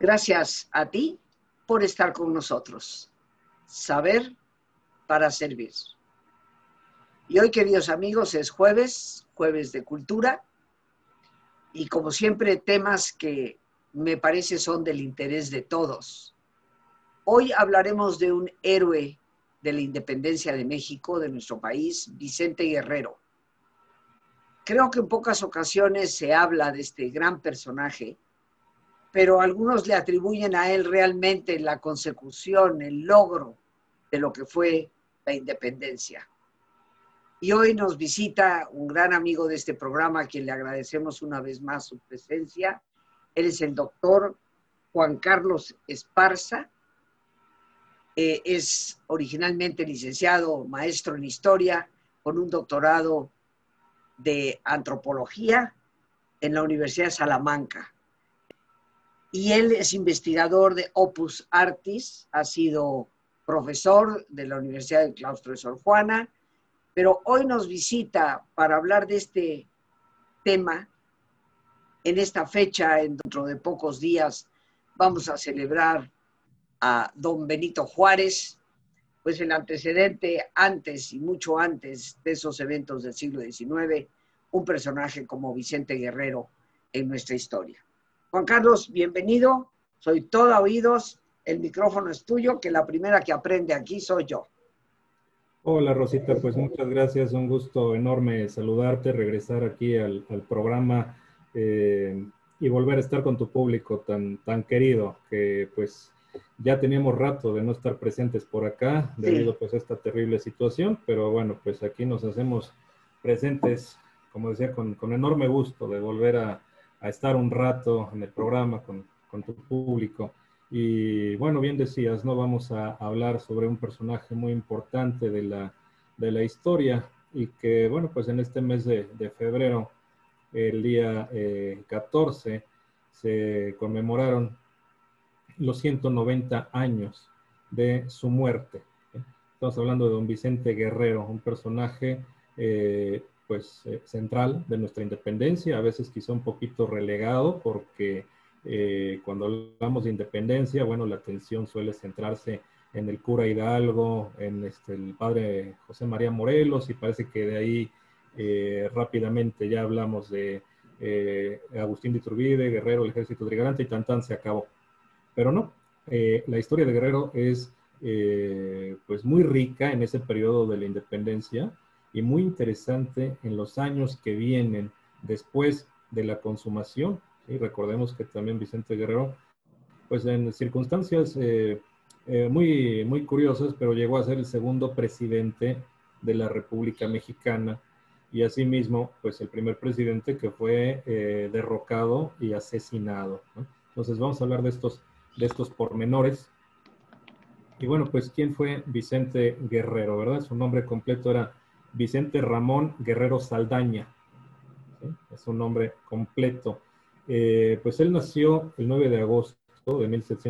Gracias a ti por estar con nosotros. Saber para servir. Y hoy, queridos amigos, es jueves de cultura, y como siempre, temas que me parece son del interés de todos. Hoy hablaremos de un héroe de la independencia de México, de nuestro país, Vicente Guerrero. Creo que en pocas ocasiones se habla de este gran personaje, pero algunos le atribuyen a él realmente la consecución, el logro de lo que fue la independencia. Y hoy nos visita un gran amigo de este programa, a quien le agradecemos una vez más su presencia. Él es el doctor Juan Carlos Esparza. Es originalmente licenciado, maestro en historia, con un doctorado de antropología en la Universidad de Salamanca. Y él es investigador de Opus Artis, ha sido profesor de la Universidad del Claustro de Sor Juana, pero hoy nos visita para hablar de este tema. En esta fecha, dentro de pocos días, vamos a celebrar a don Benito Juárez, pues el antecedente antes y mucho antes de esos eventos del siglo XIX, un personaje como Vicente Guerrero en nuestra historia. Juan Carlos, bienvenido, soy todo oídos, el micrófono es tuyo, que la primera que aprende aquí soy yo. Hola Rosita, pues muchas gracias, un gusto enorme saludarte, regresar aquí al programa y volver a estar con tu público tan querido, que pues ya teníamos rato de no estar presentes por acá debido pues a esta terrible situación, pero bueno, pues aquí nos hacemos presentes, como decía, con enorme gusto de volver a estar un rato en el programa con tu público. Y bueno, bien decías, ¿no? Vamos a hablar sobre un personaje muy importante de la historia y que, bueno, pues en este mes de febrero, el día 14, se conmemoraron los 190 años de su muerte. Estamos hablando de don Vicente Guerrero, un personaje central de nuestra independencia, a veces quizá un poquito relegado porque cuando hablamos de independencia, bueno, la atención suele centrarse en el cura Hidalgo, en el padre José María Morelos, y parece que de ahí rápidamente ya hablamos de Agustín de Iturbide, Guerrero, el ejército trigarante, y tan se acabó. Pero no, la historia de Guerrero es pues muy rica en ese periodo de la independencia y muy interesante en los años que vienen después de la consumación. ¿Sí? Recordemos que también Vicente Guerrero, pues en circunstancias muy curiosas, pero llegó a ser el segundo presidente de la República Mexicana y asimismo, pues el primer presidente que fue derrocado y asesinado, ¿no? Entonces vamos a hablar de estos pormenores. Y bueno, pues ¿quién fue Vicente Guerrero, verdad? Su nombre completo era Vicente Ramón Guerrero Saldaña. ¿Sí? Es su nombre completo. Pues él nació el 9 de agosto de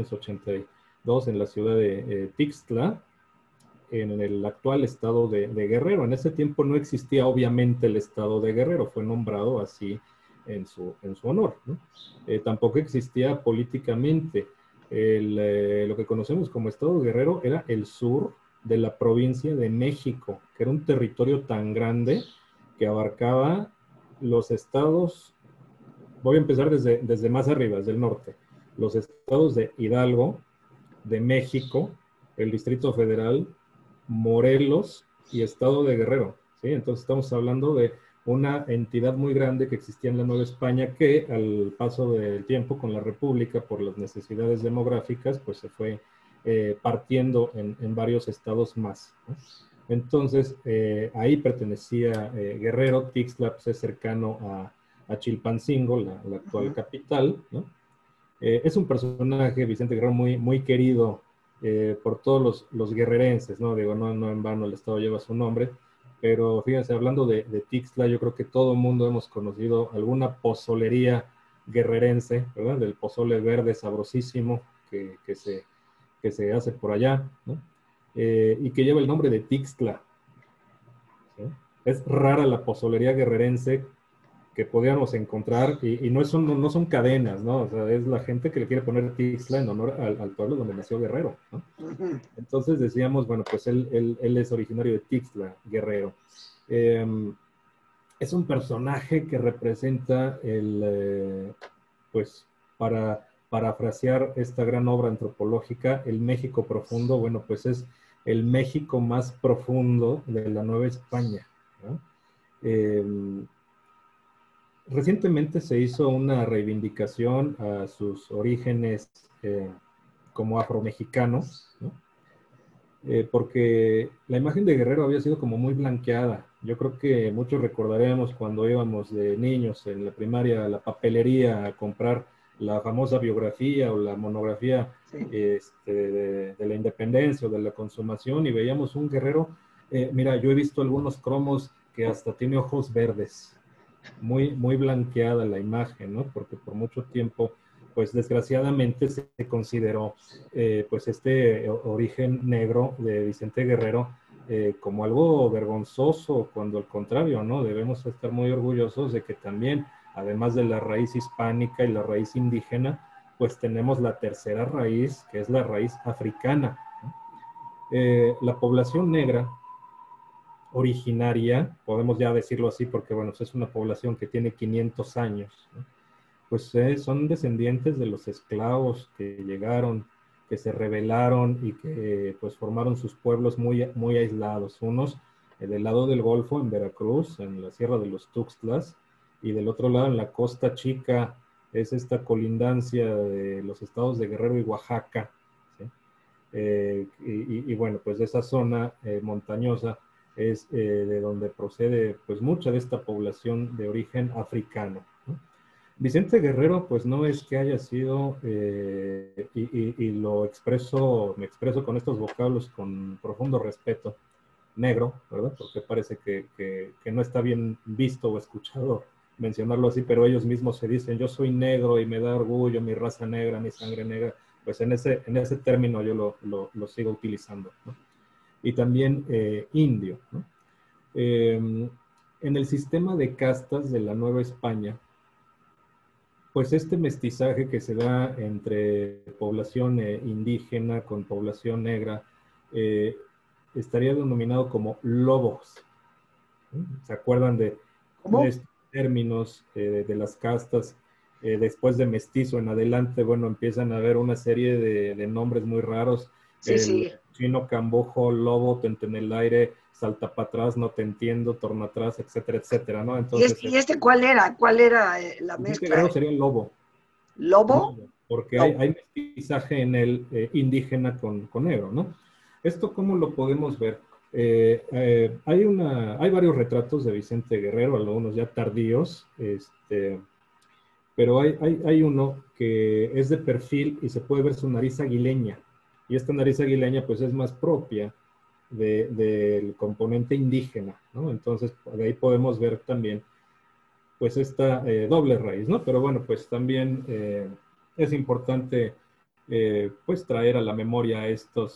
1782 en la ciudad de Tixtla, en el actual estado de Guerrero. En ese tiempo no existía obviamente el estado de Guerrero, fue nombrado así en su honor, ¿no? Tampoco existía políticamente. Lo que conocemos como estado de Guerrero era el sur de la provincia de México, que era un territorio tan grande que abarcaba los estados, voy a empezar desde más arriba, desde el norte, los estados de Hidalgo, de México, el Distrito Federal, Morelos y Estado de Guerrero, ¿sí? Entonces estamos hablando de una entidad muy grande que existía en la Nueva España que al paso del tiempo con la República, por las necesidades demográficas, pues se fue partiendo en varios estados más, ¿no? Entonces, ahí pertenecía Guerrero. Tixtla pues, es cercano a Chilpancingo, la actual capital, ¿no? Es un personaje, Vicente Guerrero, muy querido por todos los guerrerenses, ¿no? Digo, no en vano el estado lleva su nombre, pero fíjense, hablando de Tixtla, yo creo que todo el mundo hemos conocido alguna pozolería guerrerense, ¿verdad? Del pozole verde sabrosísimo que se hace por allá, ¿no? Y que lleva el nombre de Tixtla, ¿sí? Es rara la pozolería guerrerense que podíamos encontrar, y no, no son cadenas, ¿no? O sea, es la gente que le quiere poner Tixla en honor al pueblo donde nació Guerrero, ¿no? Entonces decíamos, bueno, pues él es originario de Tixla, Guerrero. Es un personaje que representa pues, para parafrasear esta gran obra antropológica, el México profundo, bueno, pues es el México más profundo de la Nueva España, ¿no? Recientemente se hizo una reivindicación a sus orígenes como afromexicano, ¿no? Porque la imagen de Guerrero había sido como muy blanqueada. Yo creo que muchos recordaremos cuando íbamos de niños en la primaria a la papelería a comprar la famosa biografía o la monografía Sí. De la independencia o de la consumación y veíamos un Guerrero. Mira, yo he visto algunos cromos que hasta tiene ojos verdes, muy blanqueada la imagen, ¿no? Porque por mucho tiempo, pues desgraciadamente se consideró pues origen negro de Vicente Guerrero como algo vergonzoso, cuando al contrario, ¿no? Debemos estar muy orgullosos de que también, además de la raíz hispánica y la raíz indígena, pues tenemos la tercera raíz, que es la raíz africana, ¿no? La población negra originaria, podemos ya decirlo así porque, bueno, es una población que tiene 500 años, ¿no? Pues son descendientes de los esclavos que llegaron, que se rebelaron y que pues formaron sus pueblos muy aislados, unos del lado del Golfo, en Veracruz, en la Sierra de los Tuxtlas, y del otro lado en la Costa Chica, es esta colindancia de los estados de Guerrero y Oaxaca, ¿sí? Y bueno, pues de esa zona montañosa es de donde procede pues mucha de esta población de origen africano, ¿no? Vicente Guerrero pues no es que haya sido, y me expreso con estos vocablos con profundo respeto, negro, ¿verdad? Porque parece que no está bien visto o escuchado mencionarlo así, pero ellos mismos se dicen, yo soy negro y me da orgullo mi raza negra, mi sangre negra, pues en ese término yo lo sigo utilizando, ¿no? Y también indio, ¿no? En el sistema de castas de la Nueva España, pues este mestizaje que se da entre población indígena con población negra eh, estaría denominado como lobos. ¿Se acuerdan de ¿Cómo? estos términos de las castas? Después de mestizo en adelante, bueno, empiezan a haber una serie de nombres muy raros. Sí, El sí. chino, cambojo, lobo, tente en el aire, salta para atrás, no te entiendo, torna atrás, etcétera, etcétera, ¿no? Entonces, Y este cuál era? ¿Cuál era la Vicente mezcla? Guerrero sería el lobo. ¿Lobo? Lobo, porque Lobo. hay mestizaje en el indígena con negro, ¿no? ¿Esto cómo lo podemos ver? Hay varios retratos de Vicente Guerrero, algunos ya tardíos, pero hay uno que es de perfil y se puede ver su nariz aguileña. Y esta nariz aguileña pues es más propia del componente indígena, ¿no? Entonces, de ahí podemos ver también pues esta doble raíz, ¿no? Pero bueno, pues también es importante pues traer a la memoria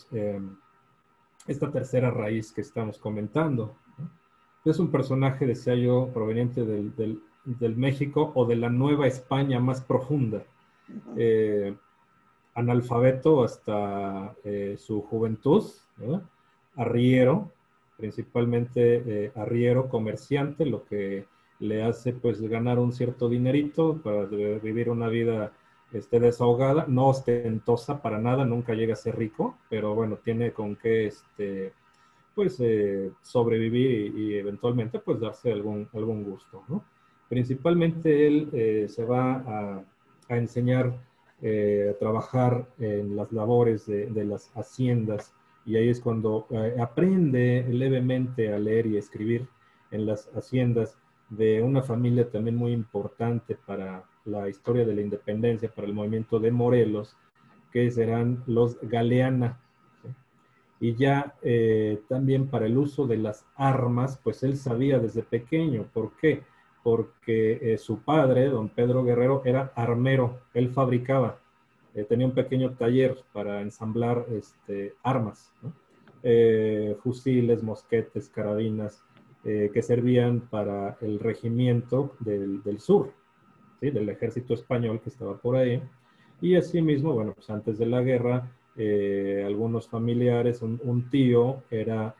esta tercera raíz que estamos comentando, ¿no? Es un personaje, decía yo, proveniente del México o de la Nueva España más profunda. Eh, Analfabeto hasta su juventud, ¿verdad? Arriero, principalmente arriero, comerciante, lo que le hace pues ganar un cierto dinerito para vivir una vida desahogada, no ostentosa para nada, nunca llega a ser rico, pero bueno, tiene con qué pues sobrevivir y eventualmente pues darse algún gusto, ¿no? Principalmente él se va a enseñar a trabajar en las labores de las haciendas y ahí es cuando aprende levemente a leer y escribir en las haciendas de una familia también muy importante para la historia de la independencia, para el movimiento de Morelos, que serán los Galeana, ¿sí? Y ya también para el uso de las armas, pues él sabía desde pequeño. ¿Por qué? Porque su padre, don Pedro Guerrero, era armero, él fabricaba, tenía un pequeño taller para ensamblar armas, ¿no? Fusiles, mosquetes, carabinas, que servían para el regimiento del sur, ¿sí? Del ejército español que estaba por ahí. Y asimismo, bueno, pues antes de la guerra, algunos familiares, un tío era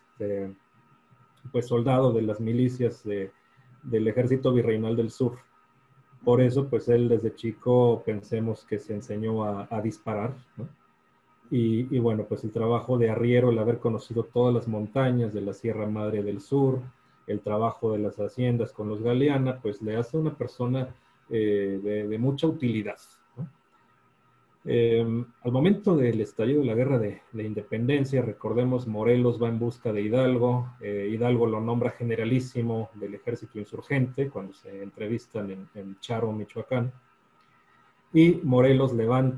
pues soldado de las milicias del ejército virreinal del sur. Por eso, pues él desde chico pensemos que se enseñó a disparar, ¿no? Y bueno, pues el trabajo de arriero, el haber conocido todas las montañas de la Sierra Madre del Sur, el trabajo de las haciendas con los Galeana, pues le hace una persona de mucha utilidad, ¿no? Al momento del estallido de la guerra de independencia, recordemos, Morelos va en busca de Hidalgo, Hidalgo lo nombra generalísimo del ejército insurgente cuando se entrevistan en Charo, Michoacán, y Morelos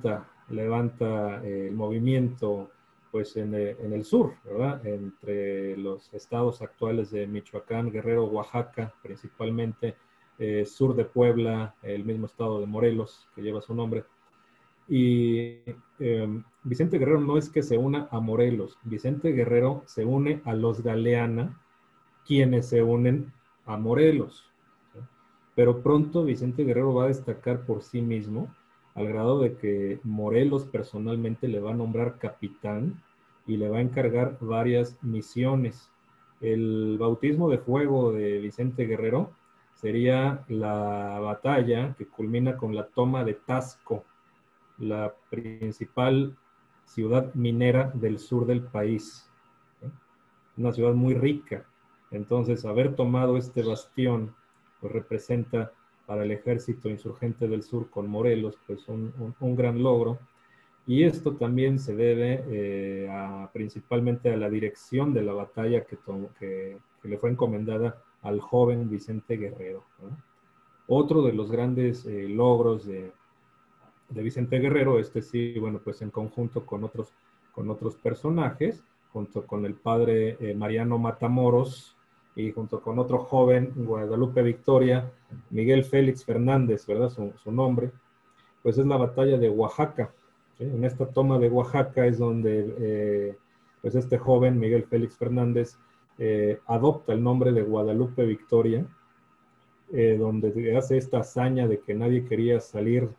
levanta el movimiento pues en el sur, ¿verdad? Entre los estados actuales de Michoacán, Guerrero, Oaxaca, principalmente, sur de Puebla, el mismo estado de Morelos, que lleva su nombre. Y Vicente Guerrero no es que se una a Morelos, Vicente Guerrero se une a los Galeana, quienes se unen a Morelos. ¿Sí? Pero pronto Vicente Guerrero va a destacar por sí mismo, al grado de que Morelos personalmente le va a nombrar capitán y le va a encargar varias misiones. El bautismo de fuego de Vicente Guerrero sería la batalla que culmina con la toma de Tasco, la principal ciudad minera del sur del país, ¿sí? Una ciudad muy rica. Entonces, haber tomado este bastión, pues representa para el ejército insurgente del sur con Morelos, pues un gran logro. Y esto también se debe principalmente a la dirección de la batalla que le fue encomendada al joven Vicente Guerrero, ¿no? Otro de los grandes logros de Vicente Guerrero, sí, bueno, pues en conjunto con otros personajes, junto con el padre Mariano Matamoros y junto con otro joven, Guadalupe Victoria, Miguel Félix Fernández, ¿verdad? Su nombre, pues es la batalla de Oaxaca, ¿sí? En esta toma de Oaxaca es donde pues este joven, Miguel Félix Fernández, adopta el nombre de Guadalupe Victoria, donde hace esta hazaña de que nadie quería salir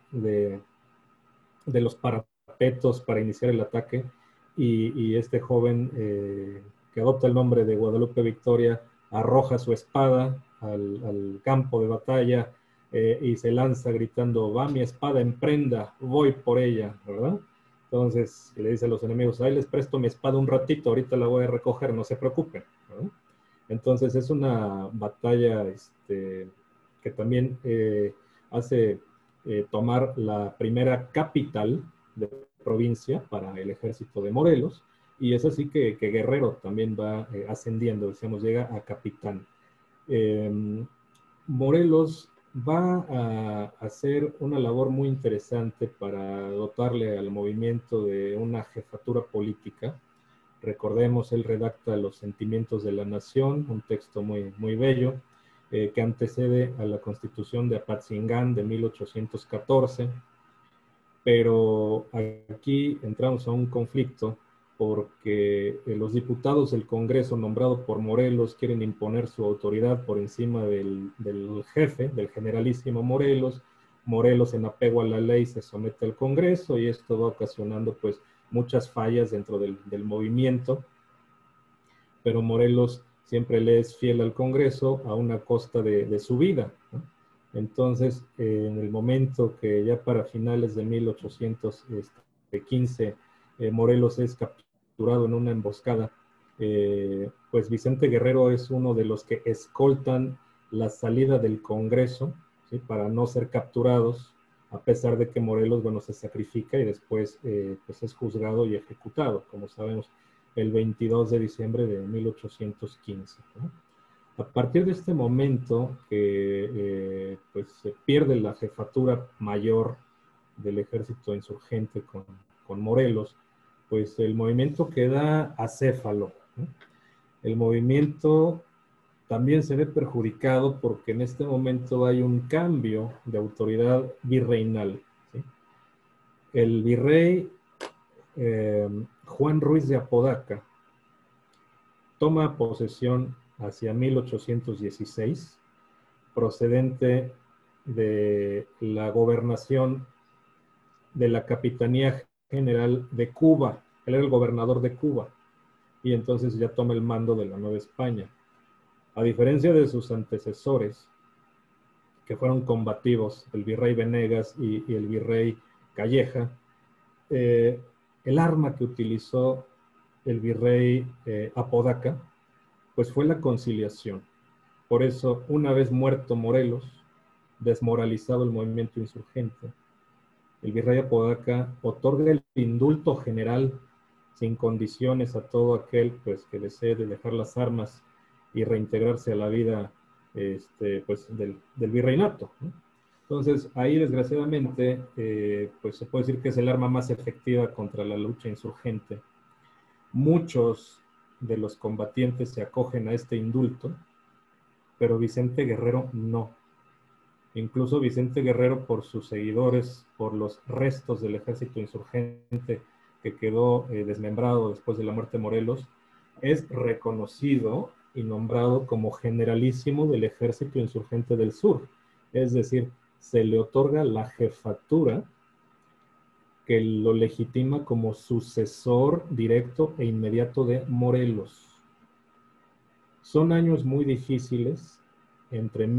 de los parapetos para iniciar el ataque, y este joven que adopta el nombre de Guadalupe Victoria arroja su espada al campo de batalla y se lanza gritando: va mi espada en prenda, voy por ella, ¿verdad? Entonces le dice a los enemigos: ahí les presto mi espada un ratito, ahorita la voy a recoger, no se preocupen, ¿verdad? Entonces es una batalla que también hace tomar la primera capital de provincia para el ejército de Morelos, y es así que Guerrero también va ascendiendo, decíamos, llega a capitán. Morelos va a hacer una labor muy interesante para dotarle al movimiento de una jefatura política. Recordemos, él redacta Los Sentimientos de la Nación, un texto muy, muy bello, que antecede a la Constitución de Apatzingán de 1814, pero aquí entramos a un conflicto porque los diputados del Congreso nombrado por Morelos quieren imponer su autoridad por encima del jefe, del generalísimo Morelos. Morelos, en apego a la ley, se somete al Congreso y esto va ocasionando pues muchas fallas dentro del movimiento, pero Morelos siempre le es fiel al Congreso a una costa de su vida, ¿no? Entonces, en el momento que ya para finales de 1815 Morelos es capturado en una emboscada, pues Vicente Guerrero es uno de los que escoltan la salida del Congreso, ¿sí? Para no ser capturados, a pesar de que Morelos, bueno, se sacrifica y después pues es juzgado y ejecutado, como sabemos, el 22 de diciembre de 1815, ¿no? A partir de este momento que pues se pierde la jefatura mayor del ejército insurgente con Morelos, pues el movimiento queda acéfalo, ¿no? El movimiento también se ve perjudicado porque en este momento hay un cambio de autoridad virreinal, ¿sí? El virrey Juan Ruiz de Apodaca toma posesión hacia 1816, procedente de la gobernación de la Capitanía General de Cuba. Él era el gobernador de Cuba y entonces ya toma el mando de la Nueva España. A diferencia de sus antecesores, que fueron combativos, el virrey Venegas y el virrey Calleja, el arma que utilizó el virrey Apodaca, pues fue la conciliación. Por eso, una vez muerto Morelos, desmoralizado el movimiento insurgente, el virrey Apodaca otorga el indulto general sin condiciones a todo aquel pues, que desee dejar las armas y reintegrarse a la vida pues, del virreinato, ¿no? Entonces, ahí desgraciadamente, pues se puede decir que es el arma más efectiva contra la lucha insurgente. Muchos de los combatientes se acogen a este indulto, pero Vicente Guerrero no. Incluso Vicente Guerrero, por sus seguidores, por los restos del ejército insurgente que quedó desmembrado después de la muerte de Morelos, es reconocido y nombrado como generalísimo del ejército insurgente del sur. Es decir, se le otorga la jefatura que lo legitima como sucesor directo e inmediato de Morelos. Son años muy difíciles, entre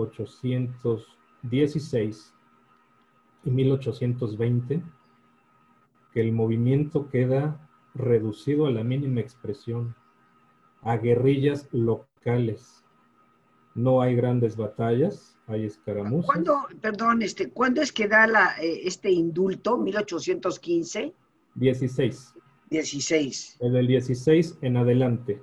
1816 y 1820, que el movimiento queda reducido a la mínima expresión, a guerrillas locales. No hay grandes batallas, hay escaramuzas. ¿Cuándo, perdón, ¿cuándo es que da este indulto? ¿1815? 16. 16. El del 16 en adelante.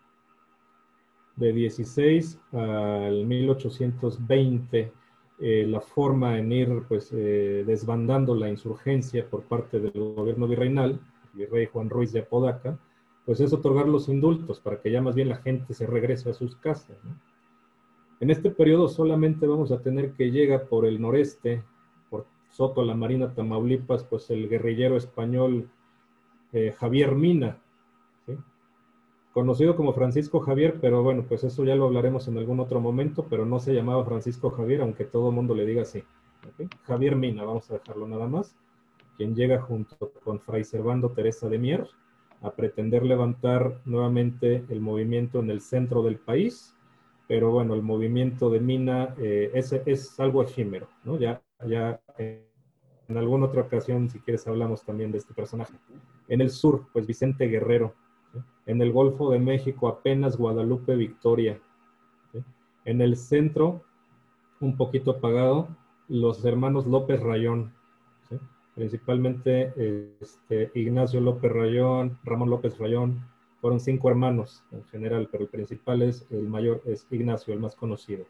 De 16 al 1820, la forma en ir pues, desbandando la insurgencia por parte del gobierno virreinal, el virrey Juan Ruiz de Apodaca, pues es otorgar los indultos para que ya más bien la gente se regrese a sus casas, ¿no? En este periodo solamente vamos a tener que llega por el noreste, por Soto, la Marina, Tamaulipas, pues el guerrillero español Javier Mina, ¿sí? Conocido como Francisco Javier, pero bueno, pues eso ya lo hablaremos en algún otro momento, pero no se llamaba Francisco Javier, aunque todo el mundo le diga así, ¿okay? Javier Mina, vamos a dejarlo nada más, quien llega junto con Fray Servando Teresa de Mier a pretender levantar nuevamente el movimiento en el centro del país, pero bueno, el movimiento de Mina es algo efímero, ¿no? Ya en alguna otra ocasión, si quieres, hablamos también de este personaje. En el sur, pues Vicente Guerrero. ¿Sí? En el Golfo de México, apenas Guadalupe Victoria. ¿Sí? En el centro, un poquito apagado, los hermanos López Rayón. ¿Sí? Principalmente Ignacio López Rayón, Ramón López Rayón. Fueron 5 hermanos en general, pero el principal el mayor es Ignacio, el más conocido.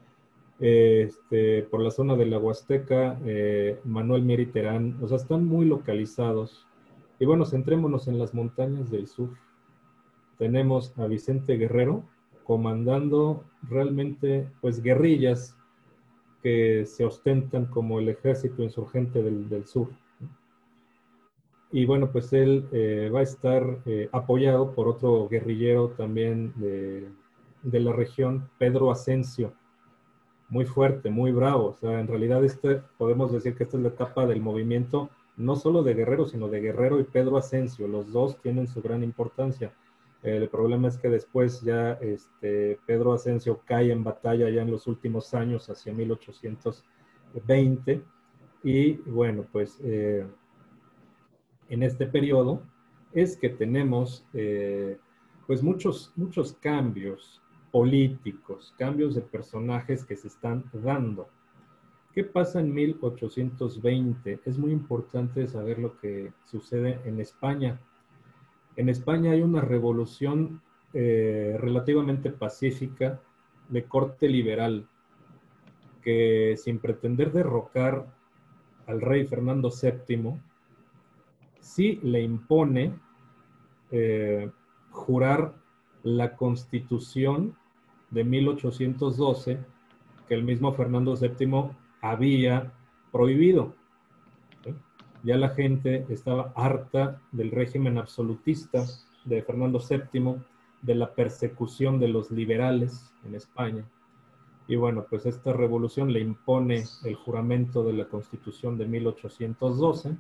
Por la zona de la Huasteca, Manuel Mier y Terán, o sea, están muy localizados. Y bueno, centrémonos en las montañas del sur. Tenemos a Vicente Guerrero comandando realmente, pues, guerrillas que se ostentan como el ejército insurgente del sur. Y bueno, pues él va a estar apoyado por otro guerrillero también de la región, Pedro Asensio. Muy fuerte, muy bravo. O sea, en realidad podemos decir que esta es la etapa del movimiento, no solo de Guerrero, sino de Guerrero y Pedro Asensio. Los dos tienen su gran importancia. El problema es que después ya Pedro Asensio cae en batalla ya en los últimos años, hacia 1820. Y bueno, pues en este periodo es que tenemos pues muchos cambios políticos, cambios de personajes que se están dando. ¿Qué pasa en 1820? Es muy importante saber lo que sucede en España. En España hay una revolución relativamente pacífica de corte liberal que, sin pretender derrocar al rey Fernando VII, sí le impone jurar la Constitución de 1812 que el mismo Fernando VII había prohibido. ¿Sí? Ya la gente estaba harta del régimen absolutista de Fernando VII, de la persecución de los liberales en España. Y bueno, pues esta revolución le impone el juramento de la Constitución de 1812.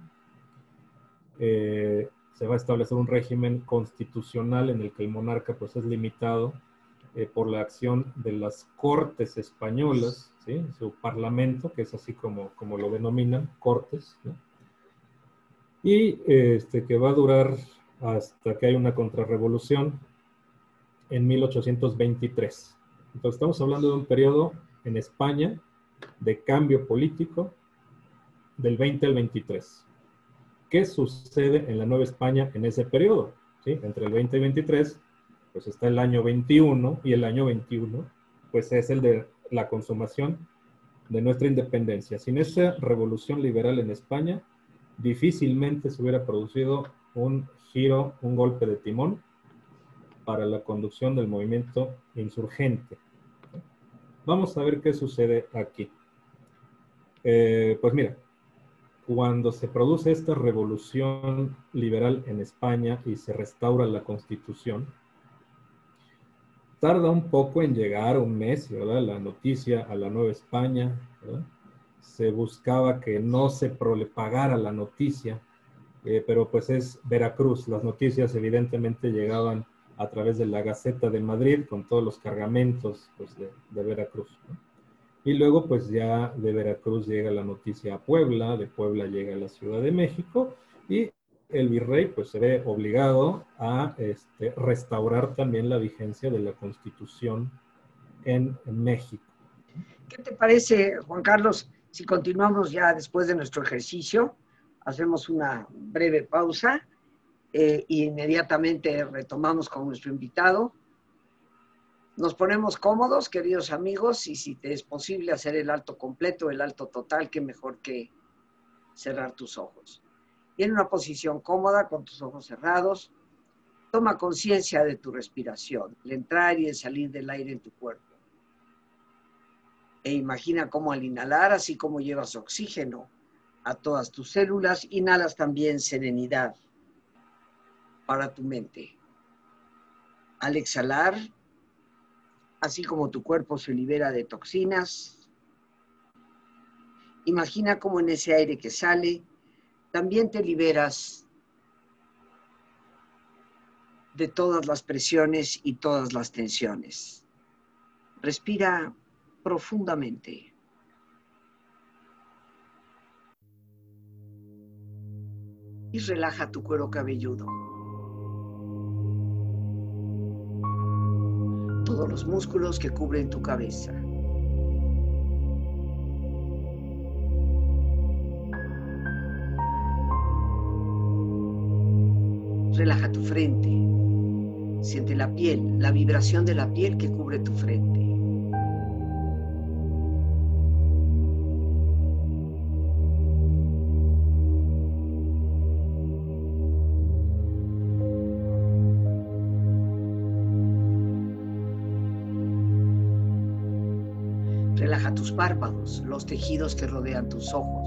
Se va a establecer un régimen constitucional en el que el monarca pues es limitado por la acción de las Cortes españolas, ¿sí? Su parlamento, que es así como lo denominan, Cortes, ¿no? Y que va a durar hasta que hay una contrarrevolución en 1823. Entonces estamos hablando de un periodo en España de cambio político del 20 al 23. ¿Qué sucede en la Nueva España en ese periodo? ¿Sí? Entre el 20 y 23, pues está el año 21, y el año 21, pues es el de la consumación de nuestra independencia. Sin esa revolución liberal en España, difícilmente se hubiera producido un giro, un golpe de timón para la conducción del movimiento insurgente. Vamos a ver qué sucede aquí. Pues mira, cuando se produce esta revolución liberal en España y se restaura la Constitución, tarda un poco en llegar, un mes, ¿verdad?, la noticia a la Nueva España, ¿verdad? Se buscaba que no se propagara la noticia, pero pues es Veracruz. Las noticias evidentemente llegaban a través de la Gaceta de Madrid con todos los cargamentos pues, de Veracruz, ¿no? Y luego pues ya de Veracruz llega la noticia a Puebla, de Puebla llega a la Ciudad de México, y el virrey pues se ve obligado a restaurar también la vigencia de la Constitución en México. ¿Qué te parece, Juan Carlos, si continuamos ya después de nuestro ejercicio? Hacemos una breve pausa e inmediatamente retomamos con nuestro invitado. Nos ponemos cómodos, queridos amigos, y si te es posible hacer el alto completo, el alto total, qué mejor que cerrar tus ojos. Y en una posición cómoda, con tus ojos cerrados, toma conciencia de tu respiración, el entrar y el salir del aire en tu cuerpo. E imagina cómo al inhalar, así como llevas oxígeno a todas tus células, inhalas también serenidad para tu mente. Al exhalar, así como tu cuerpo se libera de toxinas, imagina cómo en ese aire que sale, también te liberas de todas las presiones y todas las tensiones. Respira profundamente. Y relaja tu cuero cabelludo. Todos los músculos que cubren tu cabeza. Relaja tu frente. Siente la piel, la vibración de la piel que cubre tu frente. Relaja tus párpados, los tejidos que rodean tus ojos.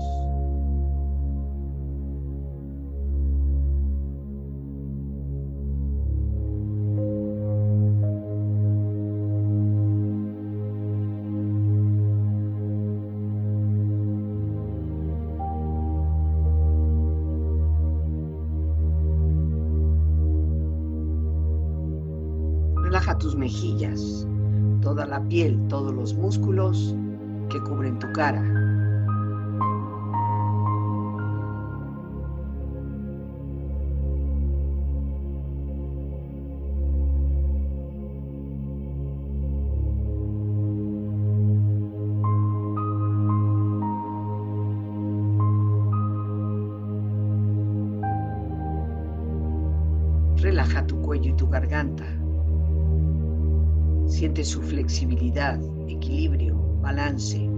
Relaja tus mejillas, toda la piel, todos los músculos que cubren tu cara. Relaja tu cuello y tu garganta. Siente su flexibilidad, equilibrio, balance.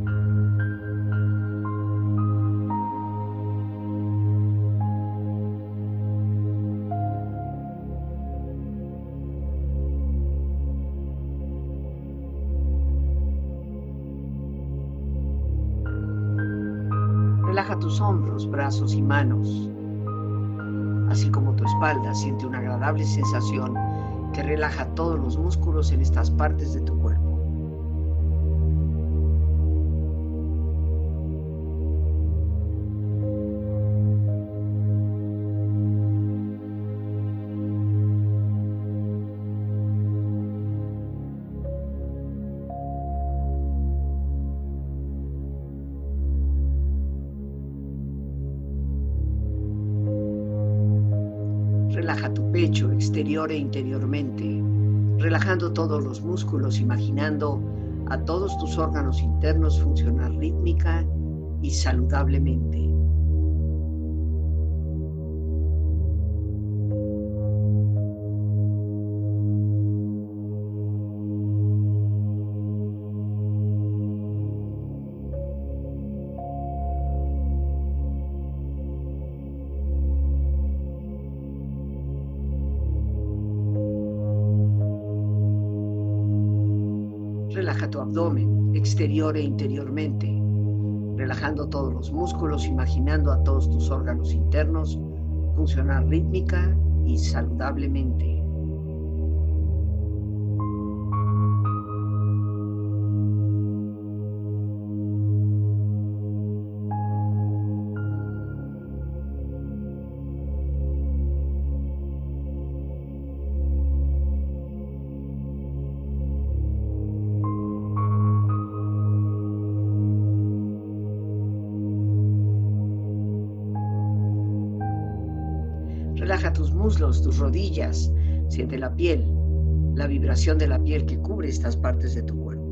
Relaja tus hombros, brazos y manos, así como tu espalda. Siente una agradable sensación que relaja todos los músculos en estas partes de tu cuerpo. Relaja tu pecho exterior e interiormente, relajando todos los músculos, imaginando a todos tus órganos internos funcionar rítmica y saludablemente. Relaja tu abdomen, exterior e interiormente, relajando todos los músculos, imaginando a todos tus órganos internos funcionar rítmica y saludablemente. Relaja tus muslos, tus rodillas, siente la piel, la vibración de la piel que cubre estas partes de tu cuerpo.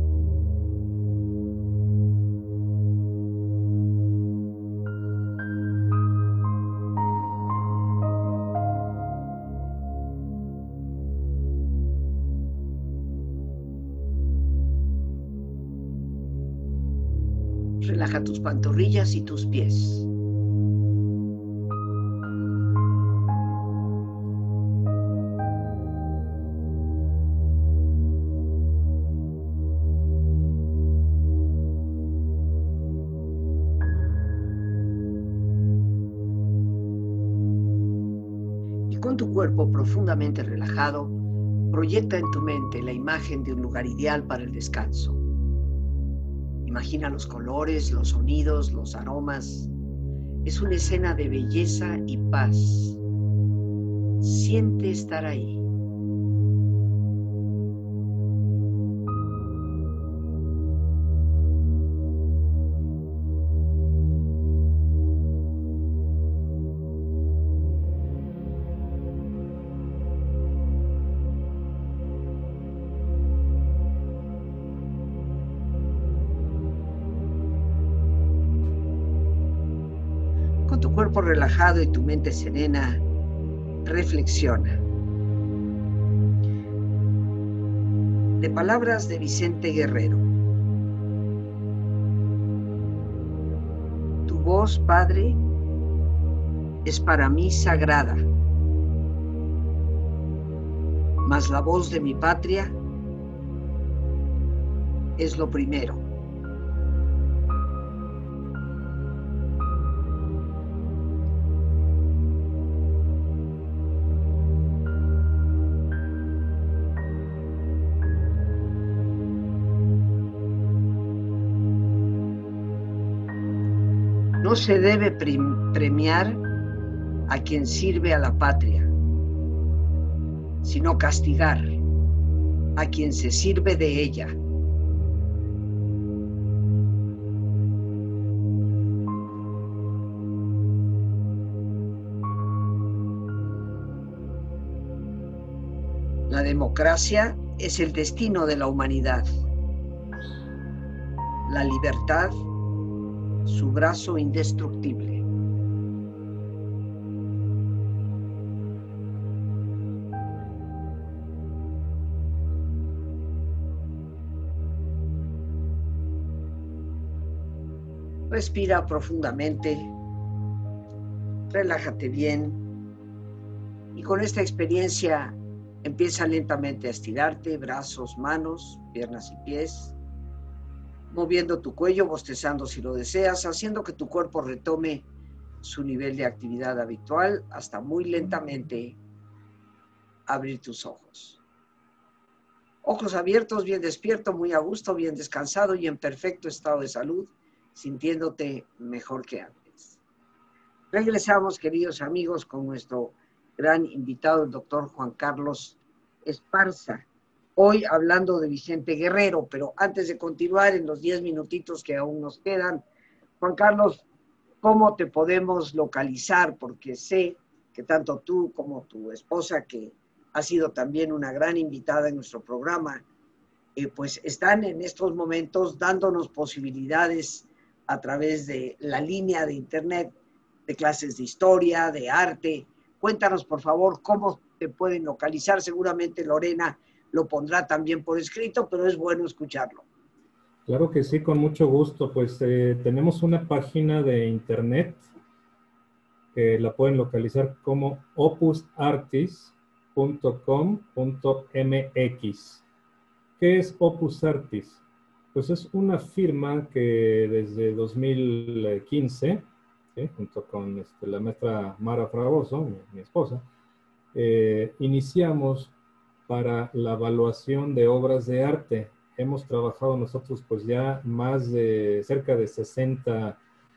Relaja tus pantorrillas y tus pies. Con tu cuerpo profundamente relajado, proyecta en tu mente la imagen de un lugar ideal para el descanso. Imagina los colores, los sonidos, los aromas. Es una escena de belleza y paz. Siente estar ahí. Con tu cuerpo relajado y tu mente serena, reflexiona. De palabras de Vicente Guerrero. Tu voz, Padre, es para mí sagrada, mas la voz de mi patria es lo primero. No se debe premiar a quien sirve a la patria, sino castigar a quien se sirve de ella. La democracia es el destino de la humanidad. La libertad, su brazo indestructible. Respira profundamente, relájate bien y con esta experiencia empieza lentamente a estirarte, brazos, manos, piernas y pies, moviendo tu cuello, bostezando si lo deseas, haciendo que tu cuerpo retome su nivel de actividad habitual hasta muy lentamente abrir tus ojos. Ojos abiertos, bien despierto, muy a gusto, bien descansado y en perfecto estado de salud, sintiéndote mejor que antes. Regresamos, queridos amigos, con nuestro gran invitado, el doctor Juan Carlos Esparza. Hoy hablando de Vicente Guerrero, pero antes de continuar en los 10 minutitos que aún nos quedan, Juan Carlos, ¿cómo te podemos localizar? Porque sé que tanto tú como tu esposa, que ha sido también una gran invitada en nuestro programa, pues están en estos momentos dándonos posibilidades a través de la línea de internet de clases de historia, de arte. Cuéntanos, por favor, cómo te pueden localizar. Seguramente Lorena lo pondrá también por escrito, pero es bueno escucharlo. Claro que sí, con mucho gusto. Pues tenemos una página de internet que la pueden localizar como opusartis.com.mx. ¿Qué es Opus Artis? Pues es una firma que desde 2015, ¿sí?, junto con la maestra Mara Fragoso, mi esposa, iniciamos para la evaluación de obras de arte. Hemos trabajado nosotros pues ya más de cerca de 60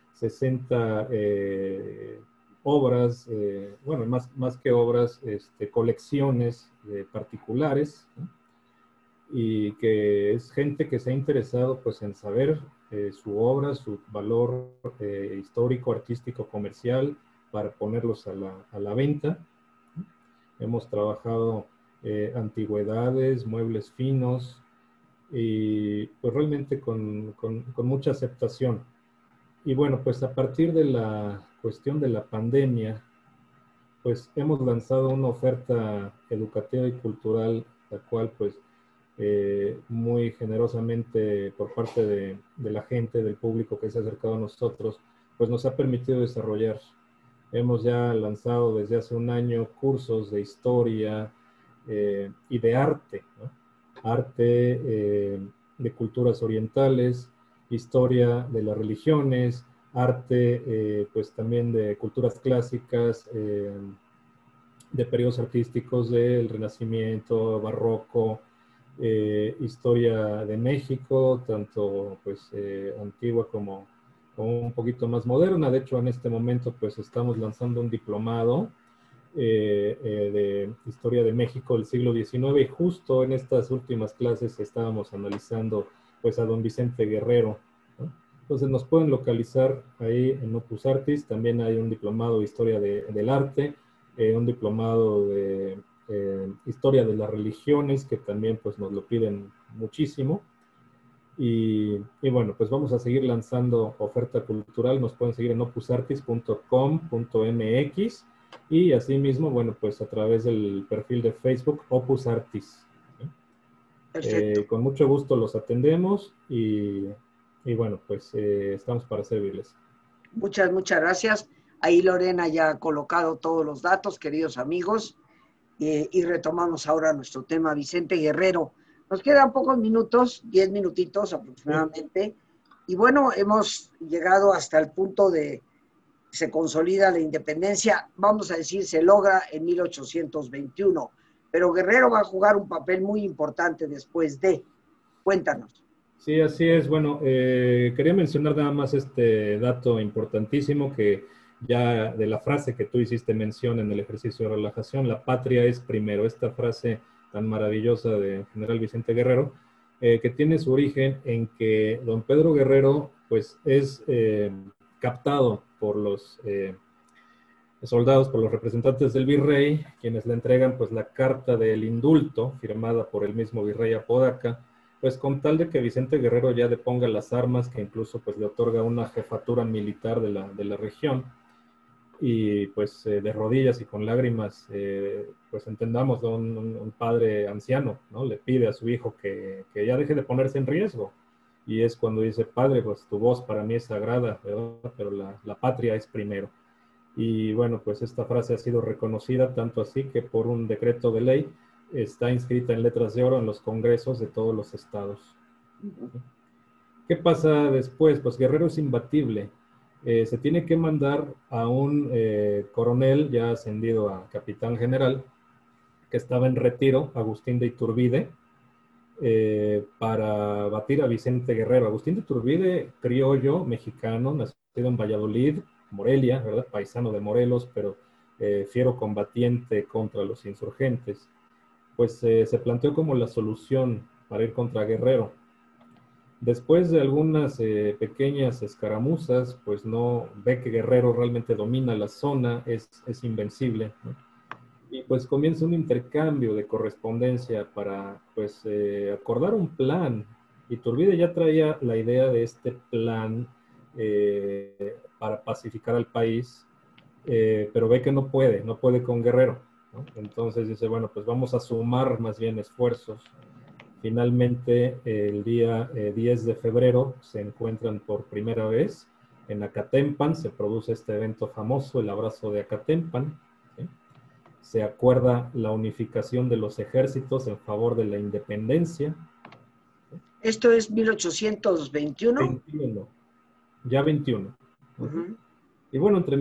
obras, bueno, más que obras, colecciones particulares, ¿no?, y que es gente que se ha interesado pues en saber su obra, su valor histórico, artístico, comercial, para ponerlos a la venta. Hemos trabajado antigüedades, muebles finos, y pues realmente con mucha aceptación. Y bueno, pues a partir de la cuestión de la pandemia, pues hemos lanzado una oferta educativa y cultural, la cual pues muy generosamente por parte de la gente, del público que se ha acercado a nosotros, pues nos ha permitido desarrollar. Hemos ya lanzado desde hace un año cursos de historia y de arte, ¿no? Arte de culturas orientales, historia de las religiones, arte pues también de culturas clásicas, de periodos artísticos del Renacimiento, Barroco, historia de México, tanto pues antigua como un poquito más moderna. De hecho, en este momento pues estamos lanzando un diplomado de historia de México del siglo XIX, y justo en estas últimas clases estábamos analizando pues a don Vicente Guerrero, ¿no? Entonces nos pueden localizar ahí en Opus Artis. También hay un diplomado de historia del arte, un diplomado de historia de las religiones, que también pues nos lo piden muchísimo. Y bueno, pues vamos a seguir lanzando oferta cultural. Nos pueden seguir en opusartis.com.mx, y asimismo, bueno, pues a través del perfil de Facebook Opus Artis. Perfecto. Con mucho gusto los atendemos, y bueno, pues estamos para servirles. Muchas gracias. Ahí Lorena ya ha colocado todos los datos, queridos amigos, y retomamos ahora nuestro tema, Vicente Guerrero. Nos quedan pocos minutos, 10 minutitos aproximadamente, y bueno, hemos llegado hasta el punto de se consolida la independencia, vamos a decir, se logra en 1821, pero Guerrero va a jugar un papel muy importante después de. Cuéntanos. Sí, así es. Bueno, quería mencionar nada más este dato importantísimo, que ya de la frase que tú hiciste mención en el ejercicio de relajación: la patria es primero. Esta frase tan maravillosa de general Vicente Guerrero, que tiene su origen en que don Pedro Guerrero pues es captado por los soldados, por los representantes del virrey, quienes le entregan pues la carta del indulto firmada por el mismo virrey Apodaca, pues con tal de que Vicente Guerrero ya deponga las armas, que incluso pues le otorga una jefatura militar de la región. Y pues de rodillas y con lágrimas, pues entendamos, un padre anciano, ¿no?, le pide a su hijo que ya deje de ponerse en riesgo. Y es cuando dice: padre, pues tu voz para mí es sagrada, ¿verdad?, pero la patria es primero. Y bueno, pues esta frase ha sido reconocida, tanto así que por un decreto de ley está inscrita en letras de oro en los congresos de todos los estados. ¿Qué pasa después? Pues Guerrero es imbatible. Se tiene que mandar a un coronel ya ascendido a capitán general, que estaba en retiro, Agustín de Iturbide, para batir a Vicente Guerrero. Agustín de Iturbide, criollo mexicano, nacido en Valladolid, Morelia, ¿verdad? Paisano de Morelos, pero fiero combatiente contra los insurgentes, pues se planteó como la solución para ir contra Guerrero. Después de algunas pequeñas escaramuzas, pues no ve que Guerrero realmente domina la zona, es invencible, ¿no? Y pues comienza un intercambio de correspondencia para pues acordar un plan. Iturbide ya traía la idea de este plan para pacificar al país, pero ve que no puede con Guerrero, ¿no? Entonces dice, bueno, pues vamos a sumar más bien esfuerzos. Finalmente, el día 10 de febrero se encuentran por primera vez en Acatempan, se produce este evento famoso, el Abrazo de Acatempan, ¿sí? Se acuerda la unificación de los ejércitos en favor de la independencia. Esto es 1821. 21, ya 21. Uh-huh. Y bueno, entre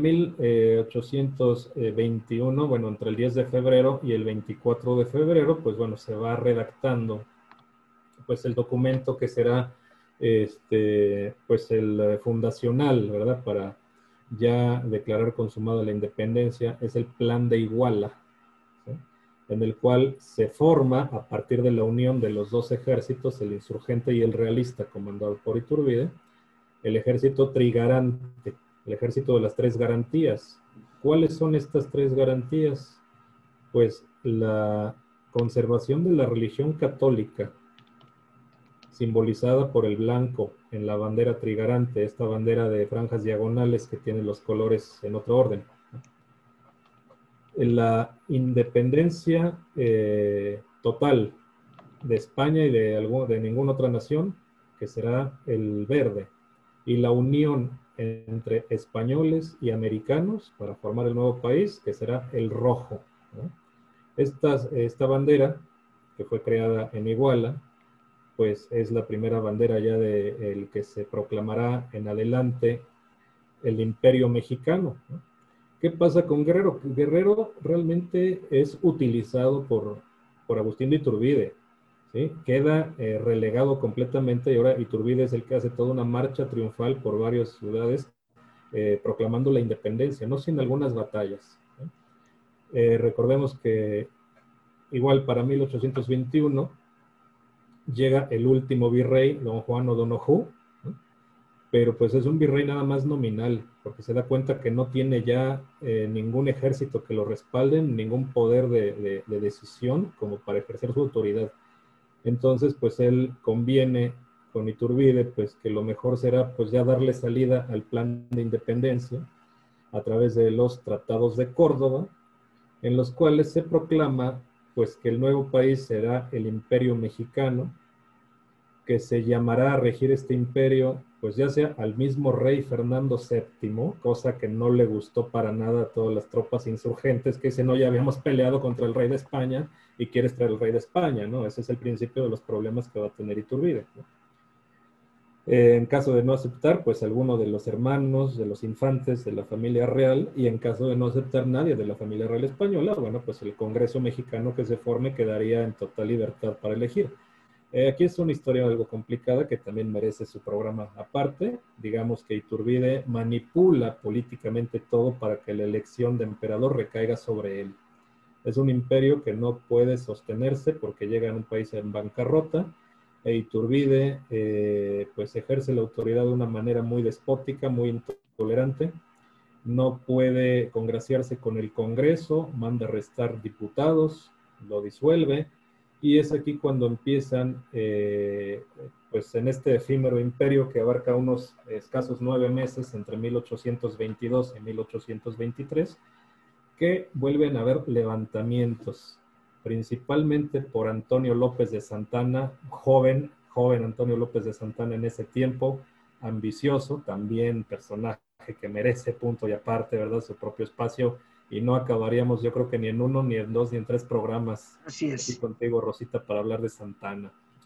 1821, bueno, entre el 10 de febrero y el 24 de febrero, pues bueno, se va redactando pues el documento que será pues el fundacional, ¿verdad? Para ya declarar consumada la independencia, es el Plan de Iguala, ¿sí? En el cual se forma, a partir de la unión de los dos ejércitos, el insurgente y el realista, comandado por Iturbide, el ejército trigarante, el ejército de las tres garantías. ¿Cuáles son estas tres garantías? Pues la conservación de la religión católica, simbolizada por el blanco en la bandera trigarante, esta bandera de franjas diagonales que tiene los colores en otro orden. La independencia total de España y de ninguna otra nación, que será el verde, y la unión entre españoles y americanos para formar el nuevo país, que será el rojo, ¿no? Esta bandera, que fue creada en Iguala, pues es la primera bandera ya de el que se proclamará en adelante el imperio mexicano, ¿no? ¿Qué pasa con Guerrero? Guerrero realmente es utilizado por Agustín de Iturbide, ¿sí? Queda relegado completamente y ahora Iturbide es el que hace toda una marcha triunfal por varias ciudades proclamando la independencia, no sin algunas batallas, ¿no? Recordemos que igual para 1821 llega el último virrey, don Juan O'Donoghue, ¿no? Pero pues es un virrey nada más nominal, porque se da cuenta que no tiene ya ningún ejército que lo respalde, ningún poder de decisión como para ejercer su autoridad. Entonces, pues él conviene con Iturbide, pues que lo mejor será pues ya darle salida al plan de independencia a través de los tratados de Córdoba, en los cuales se proclama pues que el nuevo país será el Imperio Mexicano, que se llamará a regir este imperio, pues ya sea al mismo rey Fernando VII, cosa que no le gustó para nada a todas las tropas insurgentes, que dicen, no, ya habíamos peleado contra el rey de España y quieres traer el rey de España, ¿no? Ese es el principio de los problemas que va a tener Iturbide, ¿no? En caso de no aceptar, pues alguno de los hermanos, de los infantes de la familia real, y en caso de no aceptar nadie de la familia real española, bueno, pues el Congreso mexicano que se forme quedaría en total libertad para elegir. Aquí es una historia algo complicada que también merece su programa aparte. Digamos que Iturbide manipula políticamente todo para que la elección de emperador recaiga sobre él. Es un imperio que no puede sostenerse porque llega a un país en bancarrota, e Iturbide pues ejerce la autoridad de una manera muy despótica, muy intolerante. No puede congraciarse con el Congreso, manda arrestar diputados, lo disuelve, y es aquí cuando empiezan, pues en este efímero imperio que abarca unos escasos 9 meses entre 1822 y 1823, que vuelven a haber levantamientos, principalmente por Antonio López de Santana, joven Antonio López de Santana en ese tiempo, ambicioso, también personaje que merece punto y aparte, ¿verdad? Su propio espacio, y no acabaríamos, yo creo que ni en uno, ni en dos, ni en tres programas Así aquí es. contigo, Rosita, para hablar de Santana.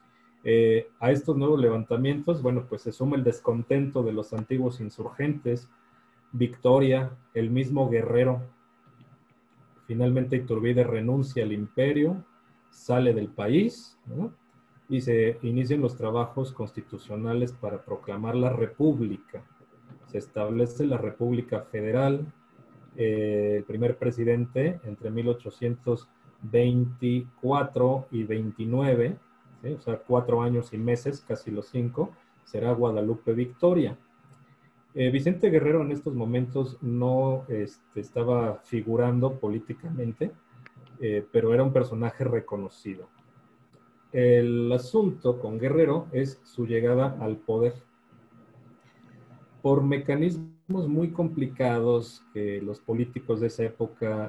A estos nuevos levantamientos, bueno, pues se suma el descontento de los antiguos insurgentes, Victoria, el mismo Guerrero, Finalmente Iturbide renuncia al imperio, sale del país, ¿no? Y se inician los trabajos constitucionales para proclamar la República. Se establece la República Federal. El primer presidente entre 1824 y 29, ¿sí? O sea, 4 años y meses, casi los 5, será Guadalupe Victoria. Vicente Guerrero en estos momentos no estaba figurando políticamente, pero era un personaje reconocido. El asunto con Guerrero es su llegada al poder. Por mecanismos muy complicados que los políticos de esa época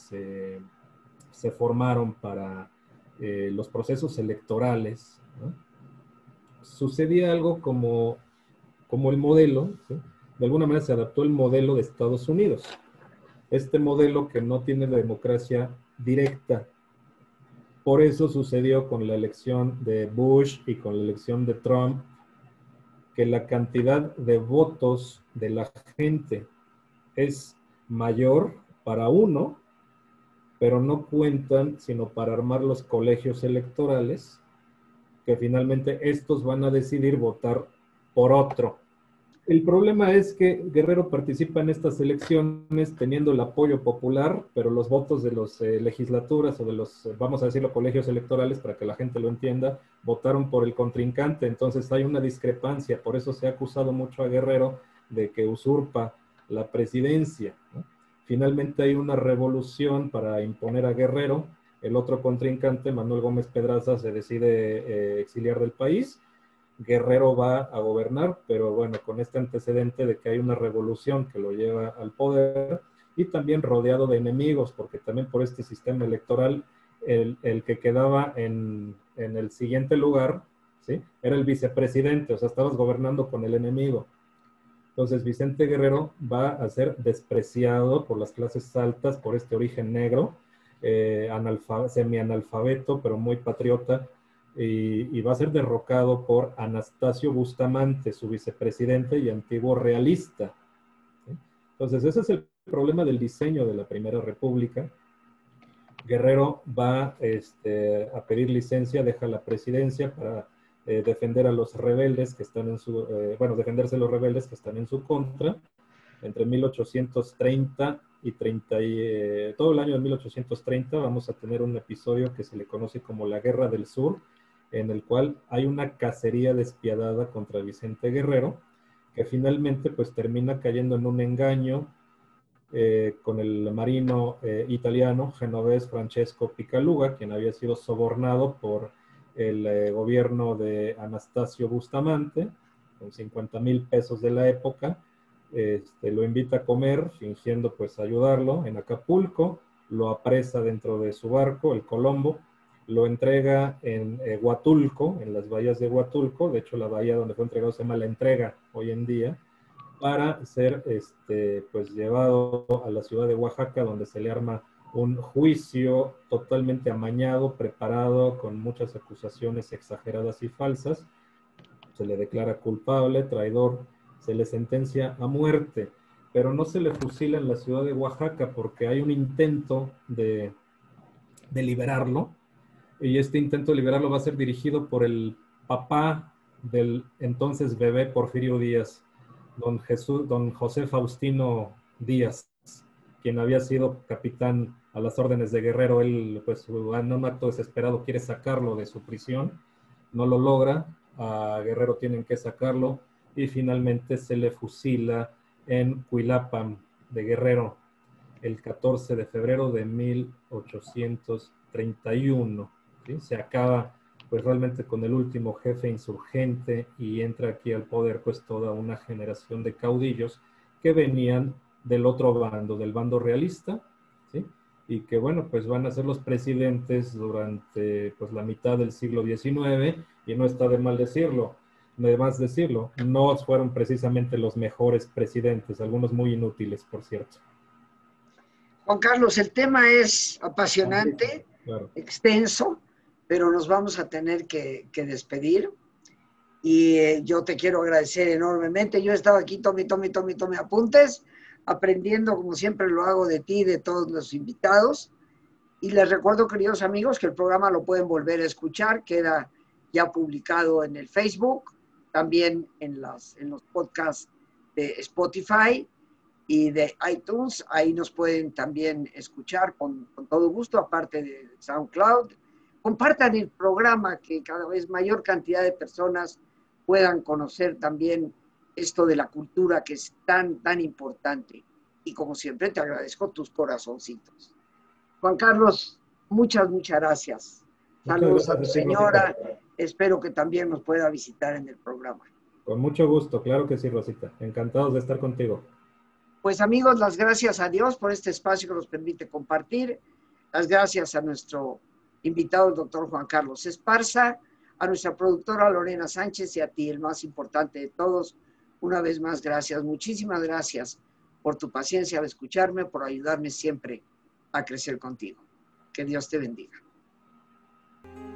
se formaron para los procesos electorales, ¿no? Sucedía algo como el modelo, ¿sí? De alguna manera se adaptó el modelo de Estados Unidos. Este modelo que no tiene democracia directa. Por eso sucedió con la elección de Bush y con la elección de Trump, que la cantidad de votos de la gente es mayor para uno, pero no cuentan sino para armar los colegios electorales, que finalmente estos van a decidir votar por otro. El problema es que Guerrero participa en estas elecciones teniendo el apoyo popular, pero los votos de las legislaturas o de los, vamos a decirlo, colegios electorales, para que la gente lo entienda, votaron por el contrincante. Entonces hay una discrepancia. Por eso se ha acusado mucho a Guerrero de que usurpa la presidencia, ¿no? Finalmente hay una revolución para imponer a Guerrero. El otro contrincante, Manuel Gómez Pedraza, se decide exiliar del país. Guerrero va a gobernar, pero bueno, con este antecedente de que hay una revolución que lo lleva al poder y también rodeado de enemigos, porque también por este sistema electoral, el que quedaba en el siguiente lugar, ¿sí? Era el vicepresidente, o sea, estabas gobernando con el enemigo. Entonces Vicente Guerrero va a ser despreciado por las clases altas, por este origen negro, semianalfabeto, pero muy patriota, y va a ser derrocado por Anastasio Bustamante, su vicepresidente y antiguo realista, ¿sí? Entonces ese es el problema del diseño de la Primera República. Guerrero va a pedir licencia, deja la presidencia para defender a los rebeldes que están en su, defenderse de los rebeldes que están en su contra. Entre 1830 y todo el año de 1830 vamos a tener un episodio que se le conoce como la Guerra del Sur, en el cual hay una cacería despiadada contra Vicente Guerrero, que finalmente pues termina cayendo en un engaño con el marino italiano genovés Francesco Picaluga, quien había sido sobornado por el gobierno de Anastasio Bustamante, con 50,000 pesos de la época. Lo invita a comer, fingiendo pues ayudarlo en Acapulco, lo apresa dentro de su barco, el Colombo, lo entrega en Huatulco, en las bahías de Huatulco. De hecho la bahía donde fue entregado se llama La Entrega hoy en día, para ser pues llevado a la ciudad de Oaxaca, donde se le arma un juicio totalmente amañado, preparado, con muchas acusaciones exageradas y falsas. Se le declara culpable, traidor, se le sentencia a muerte, pero no se le fusila en la ciudad de Oaxaca porque hay un intento de liberarlo, y este intento de liberarlo va a ser dirigido por el papá del entonces bebé Porfirio Díaz, don José Faustino Díaz, quien había sido capitán a las órdenes de Guerrero. Él, pues, en un acto desesperado quiere sacarlo de su prisión, no lo logra, a Guerrero tienen que sacarlo y finalmente se le fusila en Cuilapan de Guerrero el 14 de febrero de 1831. ¿Sí? Se acaba pues realmente con el último jefe insurgente y entra aquí al poder pues toda una generación de caudillos que venían del otro bando, del bando realista, ¿sí? Y que bueno, pues van a ser los presidentes durante pues la mitad del siglo XIX, y no está de mal decirlo, además decirlo, no fueron precisamente los mejores presidentes, algunos muy inútiles, por cierto. Juan Carlos, el tema es apasionante, claro, extenso, pero nos vamos a tener que despedir. Y yo te quiero agradecer enormemente. Yo he estado aquí, tome apuntes, aprendiendo, como siempre lo hago, de ti y de todos los invitados. Y les recuerdo, queridos amigos, que el programa lo pueden volver a escuchar, queda ya publicado en el Facebook, también en los podcasts de Spotify y de iTunes. Ahí nos pueden también escuchar con todo gusto, aparte de SoundCloud. Compartan el programa, que cada vez mayor cantidad de personas puedan conocer también esto de la cultura, que es tan, tan importante. Y como siempre, te agradezco tus corazoncitos. Juan Carlos, muchas, muchas gracias. Muchas Saludos a gracias tu a ti, Rosita. señora. Espero que también nos pueda visitar en el programa. Con mucho gusto, claro que sí, Rosita. Encantados de estar contigo. Pues amigos, las gracias a Dios por este espacio que nos permite compartir. Las gracias a nuestro invitado, el doctor Juan Carlos Esparza, a nuestra productora Lorena Sánchez y a ti, el más importante de todos. Una vez más, gracias. Muchísimas gracias por tu paciencia al escucharme, por ayudarme siempre a crecer contigo. Que Dios te bendiga.